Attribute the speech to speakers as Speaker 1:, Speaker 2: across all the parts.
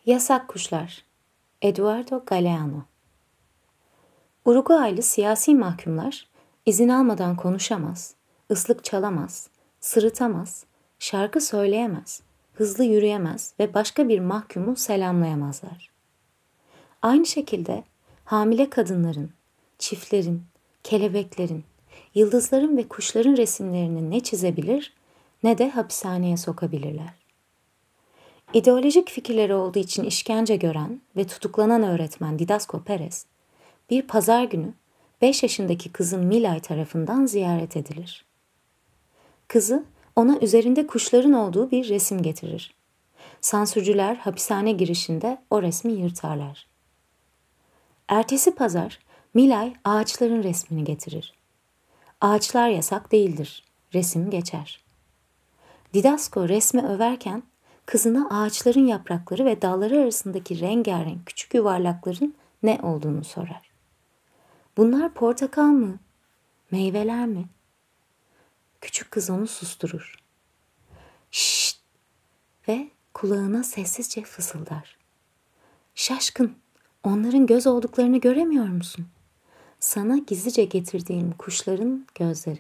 Speaker 1: Yasak Kuşlar Eduardo Galeano. Uruguaylı siyasi mahkumlar izin almadan konuşamaz, ıslık çalamaz, sırıtamaz, şarkı söyleyemez, hızlı yürüyemez ve başka bir mahkumu selamlayamazlar. Aynı şekilde hamile kadınların, çiftlerin, kelebeklerin, yıldızların ve kuşların resimlerini ne çizebilir ne de hapishaneye sokabilirler. İdeolojik fikirleri olduğu için işkence gören ve tutuklanan öğretmen Didasco Perez, bir pazar günü 5 yaşındaki kızı Milay tarafından ziyaret edilir. Kızı ona üzerinde kuşların olduğu bir resim getirir. Sansürcüler hapishane girişinde o resmi yırtarlar. Ertesi pazar Milay ağaçların resmini getirir. Ağaçlar yasak değildir, resim geçer. Didasco resmi överken kızına ağaçların yaprakları ve dalları arasındaki rengarenk küçük yuvarlakların ne olduğunu sorar. Bunlar portakal mı? Meyveler mi? Küçük kız onu susturur. Şşt! Ve kulağına sessizce fısıldar. Şaşkın, onların göz olduklarını göremiyor musun? Sana gizlice getirdiğim kuşların gözleri.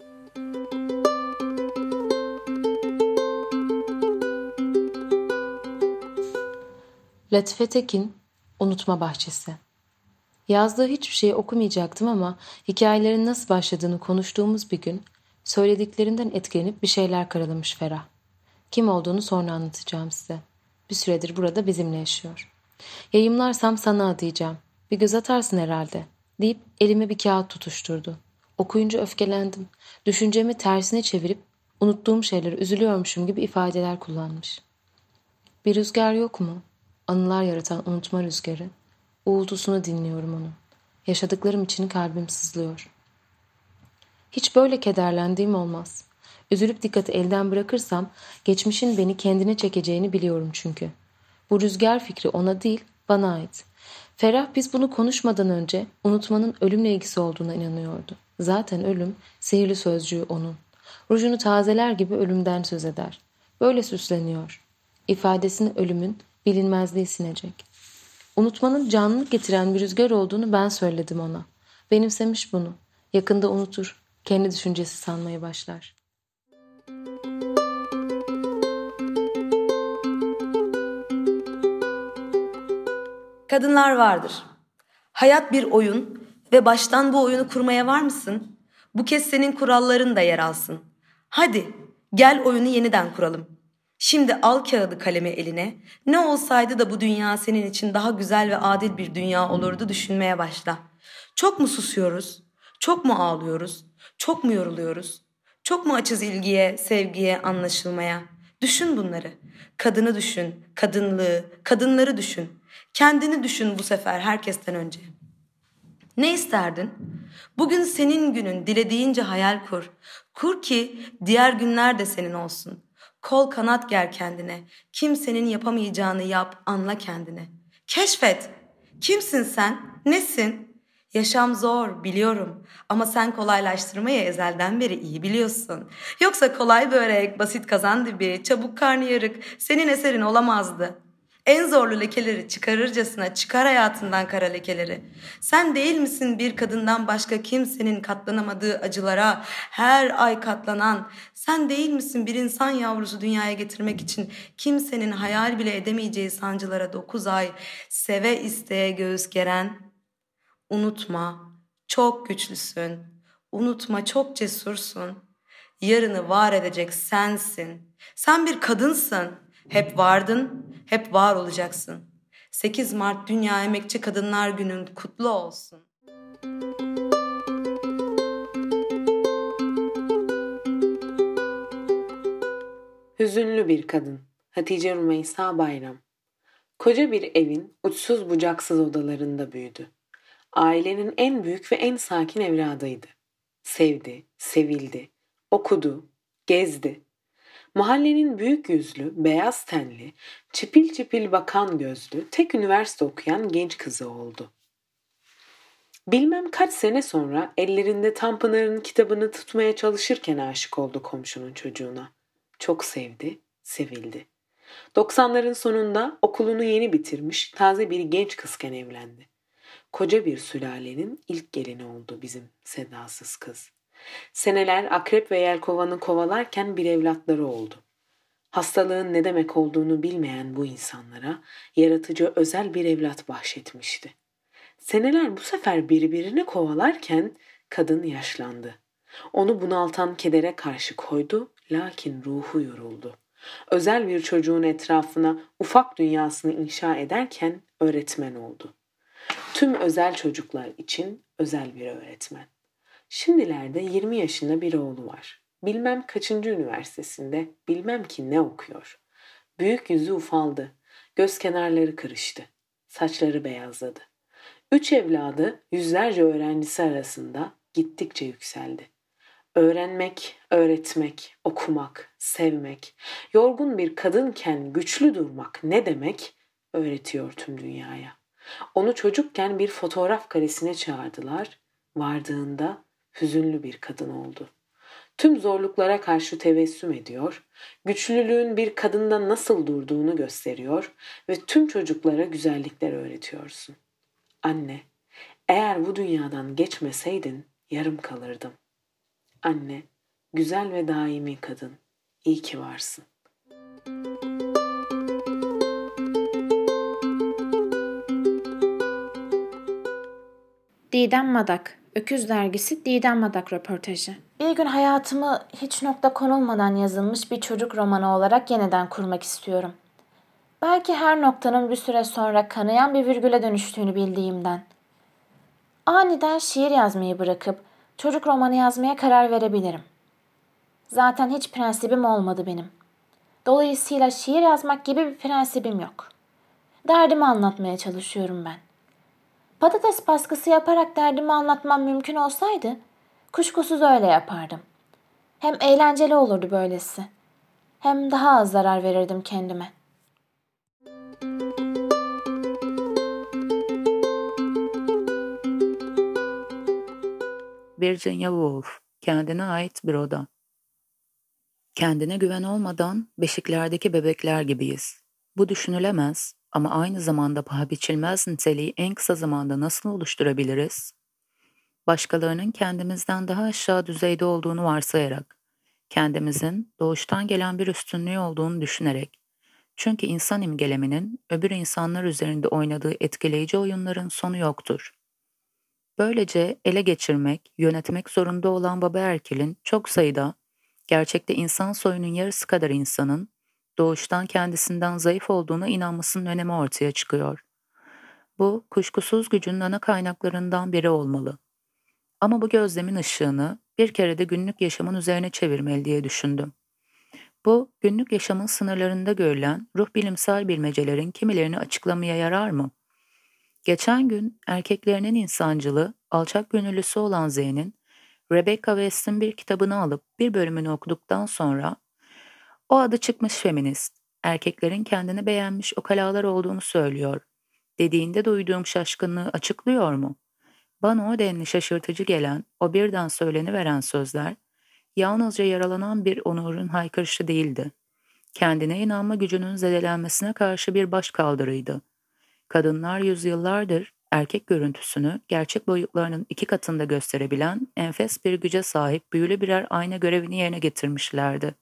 Speaker 2: Latife Tekin, Unutma Bahçesi. Yazdığı hiçbir şeyi okumayacaktım ama hikayelerin nasıl başladığını konuştuğumuz bir gün söylediklerinden etkilenip bir şeyler karalamış Ferah. Kim olduğunu sonra anlatacağım size. Bir süredir burada bizimle yaşıyor. Yayımlarsam sana adayacağım. Bir göz atarsın herhalde deyip elime bir kağıt tutuşturdu. Okuyunca öfkelendim. Düşüncemi tersine çevirip unuttuğum şeyleri üzülüyormuşum gibi ifadeler kullanmış. Bir rüzgar yok mu? Anılar yaratan unutma rüzgarı. Uğultusunu dinliyorum onun. Yaşadıklarım için kalbim sızlıyor. Hiç böyle kederlendiğim olmaz. Üzülüp dikkati elden bırakırsam geçmişin beni kendine çekeceğini biliyorum çünkü. Bu rüzgar fikri ona değil, bana ait. Ferah biz bunu konuşmadan önce unutmanın ölümle ilgisi olduğuna inanıyordu. Zaten ölüm sihirli sözcüğü onun. Rujunu tazeler gibi ölümden söz eder. Böyle süsleniyor. İfadesini ölümün bilinmezliği sinecek. Unutmanın canlılık getiren bir rüzgar olduğunu ben söyledim ona. Benimsemiş bunu. Yakında unutur. Kendi düşüncesi sanmaya başlar.
Speaker 3: Kadınlar vardır. Hayat bir oyun ve baştan bu oyunu kurmaya var mısın? Bu kez senin kuralların da yer alsın. Hadi gel oyunu yeniden kuralım. Şimdi al kağıdı kalemi eline. Ne olsaydı da bu dünya senin için daha güzel ve adil bir dünya olurdu düşünmeye başla. Çok mu susuyoruz? Çok mu ağlıyoruz? Çok mu yoruluyoruz? Çok mu açız ilgiye, sevgiye, anlaşılmaya? Düşün bunları. Kadını düşün, kadınlığı, kadınları düşün. Kendini düşün bu sefer herkesten önce. Ne isterdin? Bugün senin günün, dilediğince hayal kur. Kur ki diğer günler de senin olsun. Kol kanat ger kendine. Kimsenin yapamayacağını yap, anla kendine. Keşfet. Kimsin sen? Nesin? Yaşam zor, biliyorum. Ama sen kolaylaştırmayı ezelden beri iyi biliyorsun. Yoksa kolay börek, basit kazan dibi, çabuk karnıyarık senin eserin olamazdı. En zorlu lekeleri çıkarırcasına çıkar hayatından kara lekeleri. Sen değil misin bir kadından başka kimsenin katlanamadığı acılara her ay katlanan? Sen değil misin bir insan yavrusu dünyaya getirmek için kimsenin hayal bile edemeyeceği sancılara 9 ay seve isteye göğüs geren? Unutma, çok güçlüsün. Unutma, çok cesursun. Yarını var edecek sensin. Sen bir kadınsın. Hep vardın, hep var olacaksın. 8 Mart Dünya Emekçi Kadınlar Günün kutlu olsun.
Speaker 4: Hüzünlü bir kadın. Hatice Rümeysa Bayram. Koca bir evin uçsuz bucaksız odalarında büyüdü. Ailenin en büyük ve en sakin evladıydı. Sevdi, sevildi, okudu, gezdi. Mahallenin büyük yüzlü, beyaz tenli, çipil çipil bakan gözlü, tek üniversite okuyan genç kızı oldu. Bilmem kaç sene sonra ellerinde Tanpınar'ın kitabını tutmaya çalışırken aşık oldu komşunun çocuğuna. Çok sevdi, sevildi. 90'ların sonunda okulunu yeni bitirmiş taze bir genç kızken evlendi. Koca bir sülalenin ilk gelini oldu bizim sedasız kız. Seneler akrep ve yelkovanı kovalarken bir evlatları oldu. Hastalığın ne demek olduğunu bilmeyen bu insanlara yaratıcı özel bir evlat bahşetmişti. Seneler bu sefer birbirini kovalarken kadın yaşlandı. Onu bunaltan kedere karşı koydu, lakin ruhu yoruldu. Özel bir çocuğun etrafına ufak dünyasını inşa ederken öğretmen oldu. Tüm özel çocuklar için özel bir öğretmen. Şimdilerde 20 yaşında bir oğlu var. Bilmem kaçıncı üniversitesinde, bilmem ki ne okuyor. Büyük yüzü ufaldı, göz kenarları kırıştı, saçları beyazladı. 3 evladı yüzlerce öğrencisi arasında gittikçe yükseldi. Öğrenmek, öğretmek, okumak, sevmek, yorgun bir kadınken güçlü durmak ne demek öğretiyor tüm dünyaya. Onu çocukken bir fotoğraf karesine çağırdılar, vardığında hüzünlü bir kadın oldu. Tüm zorluklara karşı tebessüm ediyor, güçlülüğün bir kadında nasıl durduğunu gösteriyor ve tüm çocuklara güzellikler öğretiyorsun. Anne, eğer bu dünyadan geçmeseydin yarım kalırdım. Anne, güzel ve daimi kadın, iyi ki varsın.
Speaker 5: Didem Madak, Öküz Dergisi Didem Madak röportajı. Bir gün hayatımı hiç nokta konulmadan yazılmış bir çocuk romanı olarak yeniden kurmak istiyorum. Belki her noktanın bir süre sonra kanayan bir virgüle dönüştüğünü bildiğimden. Aniden şiir yazmayı bırakıp çocuk romanı yazmaya karar verebilirim. Zaten hiç prensibim olmadı benim. Dolayısıyla şiir yazmak gibi bir prensibim yok. Derdimi anlatmaya çalışıyorum ben. Patates baskısı yaparak derdimi anlatmam mümkün olsaydı, kuşkusuz öyle yapardım. Hem eğlenceli olurdu böylesi. Hem daha az zarar verirdim kendime.
Speaker 6: Virginia Woolf, kendine ait bir oda. Kendine güven olmadan beşiklerdeki bebekler gibiyiz. Bu düşünülemez ama aynı zamanda paha biçilmez niteliği en kısa zamanda nasıl oluşturabiliriz? Başkalarının kendimizden daha aşağı düzeyde olduğunu varsayarak, kendimizin doğuştan gelen bir üstünlüğü olduğunu düşünerek. Çünkü insan imgeleminin öbür insanlar üzerinde oynadığı etkileyici oyunların sonu yoktur. Böylece ele geçirmek, yönetmek zorunda olan baba erkilin çok sayıda, gerçekte insan soyunun yarısı kadar insanın doğuştan kendisinden zayıf olduğuna inanmasının önemi ortaya çıkıyor. Bu kuşkusuz gücün ana kaynaklarından biri olmalı. Ama bu gözlemin ışığını bir kere de günlük yaşamın üzerine çevirmeli diye düşündüm. Bu günlük yaşamın sınırlarında görülen ruh bilimsel bilmecelerin kimilerini açıklamaya yarar mı? Geçen gün erkeklerinin insancılı, alçak gönüllüsü olan Z'nin Rebecca West'in bir kitabını alıp bir bölümünü okuduktan sonra o adı çıkmış feminist, erkeklerin kendini beğenmiş ukalalar olduğunu söylüyor dediğinde duyduğum şaşkınlığı açıklıyor mu? Bana o denli şaşırtıcı gelen o birden söyleniveren sözler yalnızca yaralanan bir onurun haykırışı değildi. Kendine inanma gücünün zedelenmesine karşı bir başkaldırıydı. Kadınlar yüzyıllardır erkek görüntüsünü gerçek boyutlarının 2 katında gösterebilen enfes bir güce sahip büyülü birer ayna görevini yerine getirmişlerdi.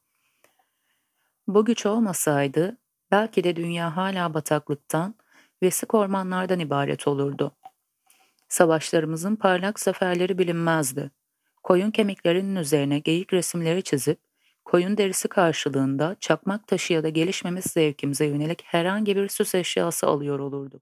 Speaker 6: Bu güç olmasaydı belki de dünya hala bataklıktan ve sık ormanlardan ibaret olurdu. Savaşlarımızın parlak zaferleri bilinmezdi. Koyun kemiklerinin üzerine geyik resimleri çizip koyun derisi karşılığında çakmak taşı ya da gelişmemiş zevkimize yönelik herhangi bir süs eşyası alıyor olurduk.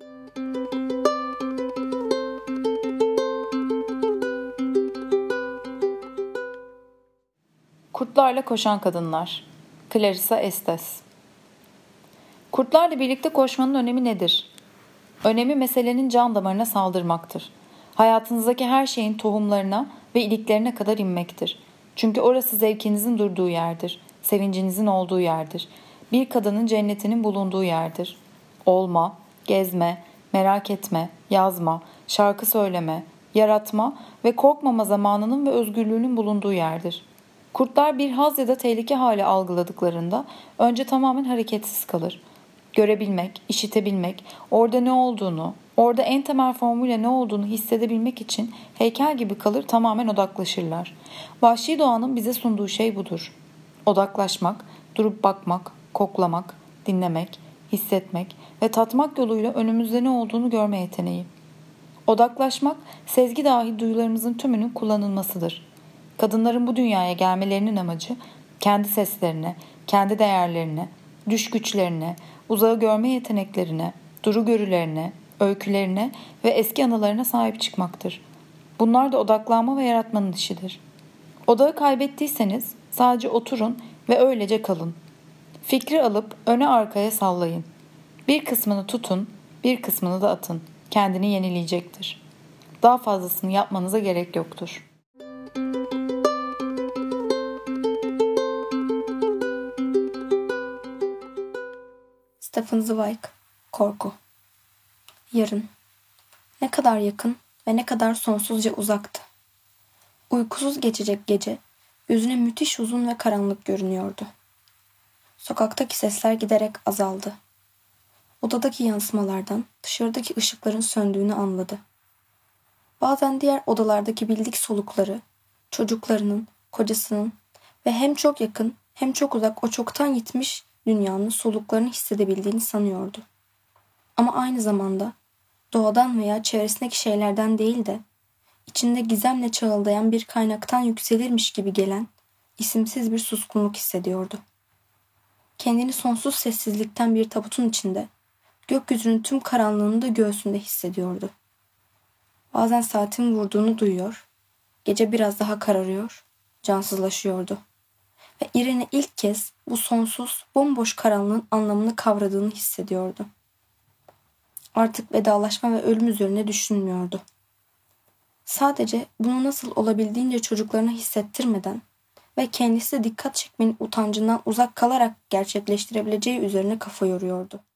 Speaker 7: Kurtlarla Koşan Kadınlar. Clarissa Estes. Kurtlarla birlikte koşmanın önemi nedir? Önemi meselenin can damarına saldırmaktır. Hayatınızdaki her şeyin tohumlarına ve iliklerine kadar inmektir. Çünkü orası zevkinizin durduğu yerdir, sevincinizin olduğu yerdir. Bir kadının cennetinin bulunduğu yerdir. Olma, gezme, merak etme, yazma, şarkı söyleme, yaratma ve korkmama zamanının ve özgürlüğünün bulunduğu yerdir. Kurtlar bir haz ya da tehlike hali algıladıklarında önce tamamen hareketsiz kalır. Görebilmek, işitebilmek, orada ne olduğunu, orada en temel formuyla ne olduğunu hissedebilmek için heykel gibi kalır, tamamen odaklaşırlar. Vahşi doğanın bize sunduğu şey budur. Odaklaşmak, durup bakmak, koklamak, dinlemek, hissetmek ve tatmak yoluyla önümüzde ne olduğunu görme yeteneği. Odaklaşmak, sezgi dahil duyularımızın tümünün kullanılmasıdır. Kadınların bu dünyaya gelmelerinin amacı, kendi seslerine, kendi değerlerine, düş güçlerine, uzağı görme yeteneklerine, duru görülerine, öykülerine ve eski anılarına sahip çıkmaktır. Bunlar da odaklanma ve yaratmanın işidir. Odağı kaybettiyseniz sadece oturun ve öylece kalın. Fikri alıp öne arkaya sallayın. Bir kısmını tutun, bir kısmını da atın. Kendini yenileyecektir. Daha fazlasını yapmanıza gerek yoktur.
Speaker 8: Stephen Zweig, Korku. Yarın. Ne kadar yakın ve ne kadar sonsuzca uzaktı. Uykusuz geçecek gece, yüzüne müthiş uzun ve karanlık görünüyordu. Sokaktaki sesler giderek azaldı. Odadaki yansımalardan dışarıdaki ışıkların söndüğünü anladı. Bazen diğer odalardaki bildik solukları, çocuklarının, kocasının ve hem çok yakın hem çok uzak o çoktan gitmiş dünyanın soluklarını hissedebildiğini sanıyordu. Ama aynı zamanda doğadan veya çevresindeki şeylerden değil de içinde gizemle çağıldayan bir kaynaktan yükselirmiş gibi gelen isimsiz bir suskunluk hissediyordu. Kendini sonsuz sessizlikten bir tabutun içinde, gökyüzünün tüm karanlığını da göğsünde hissediyordu. Bazen saatin vurduğunu duyuyor, gece biraz daha kararıyor, cansızlaşıyordu. Ve Irene ilk kez bu sonsuz, bomboş karanlığın anlamını kavradığını hissediyordu. Artık vedalaşma ve ölüm üzerine düşünmüyordu. Sadece bunu nasıl olabildiğince çocuklarına hissettirmeden ve kendisi de dikkat çekmenin utancından uzak kalarak gerçekleştirebileceği üzerine kafa yoruyordu.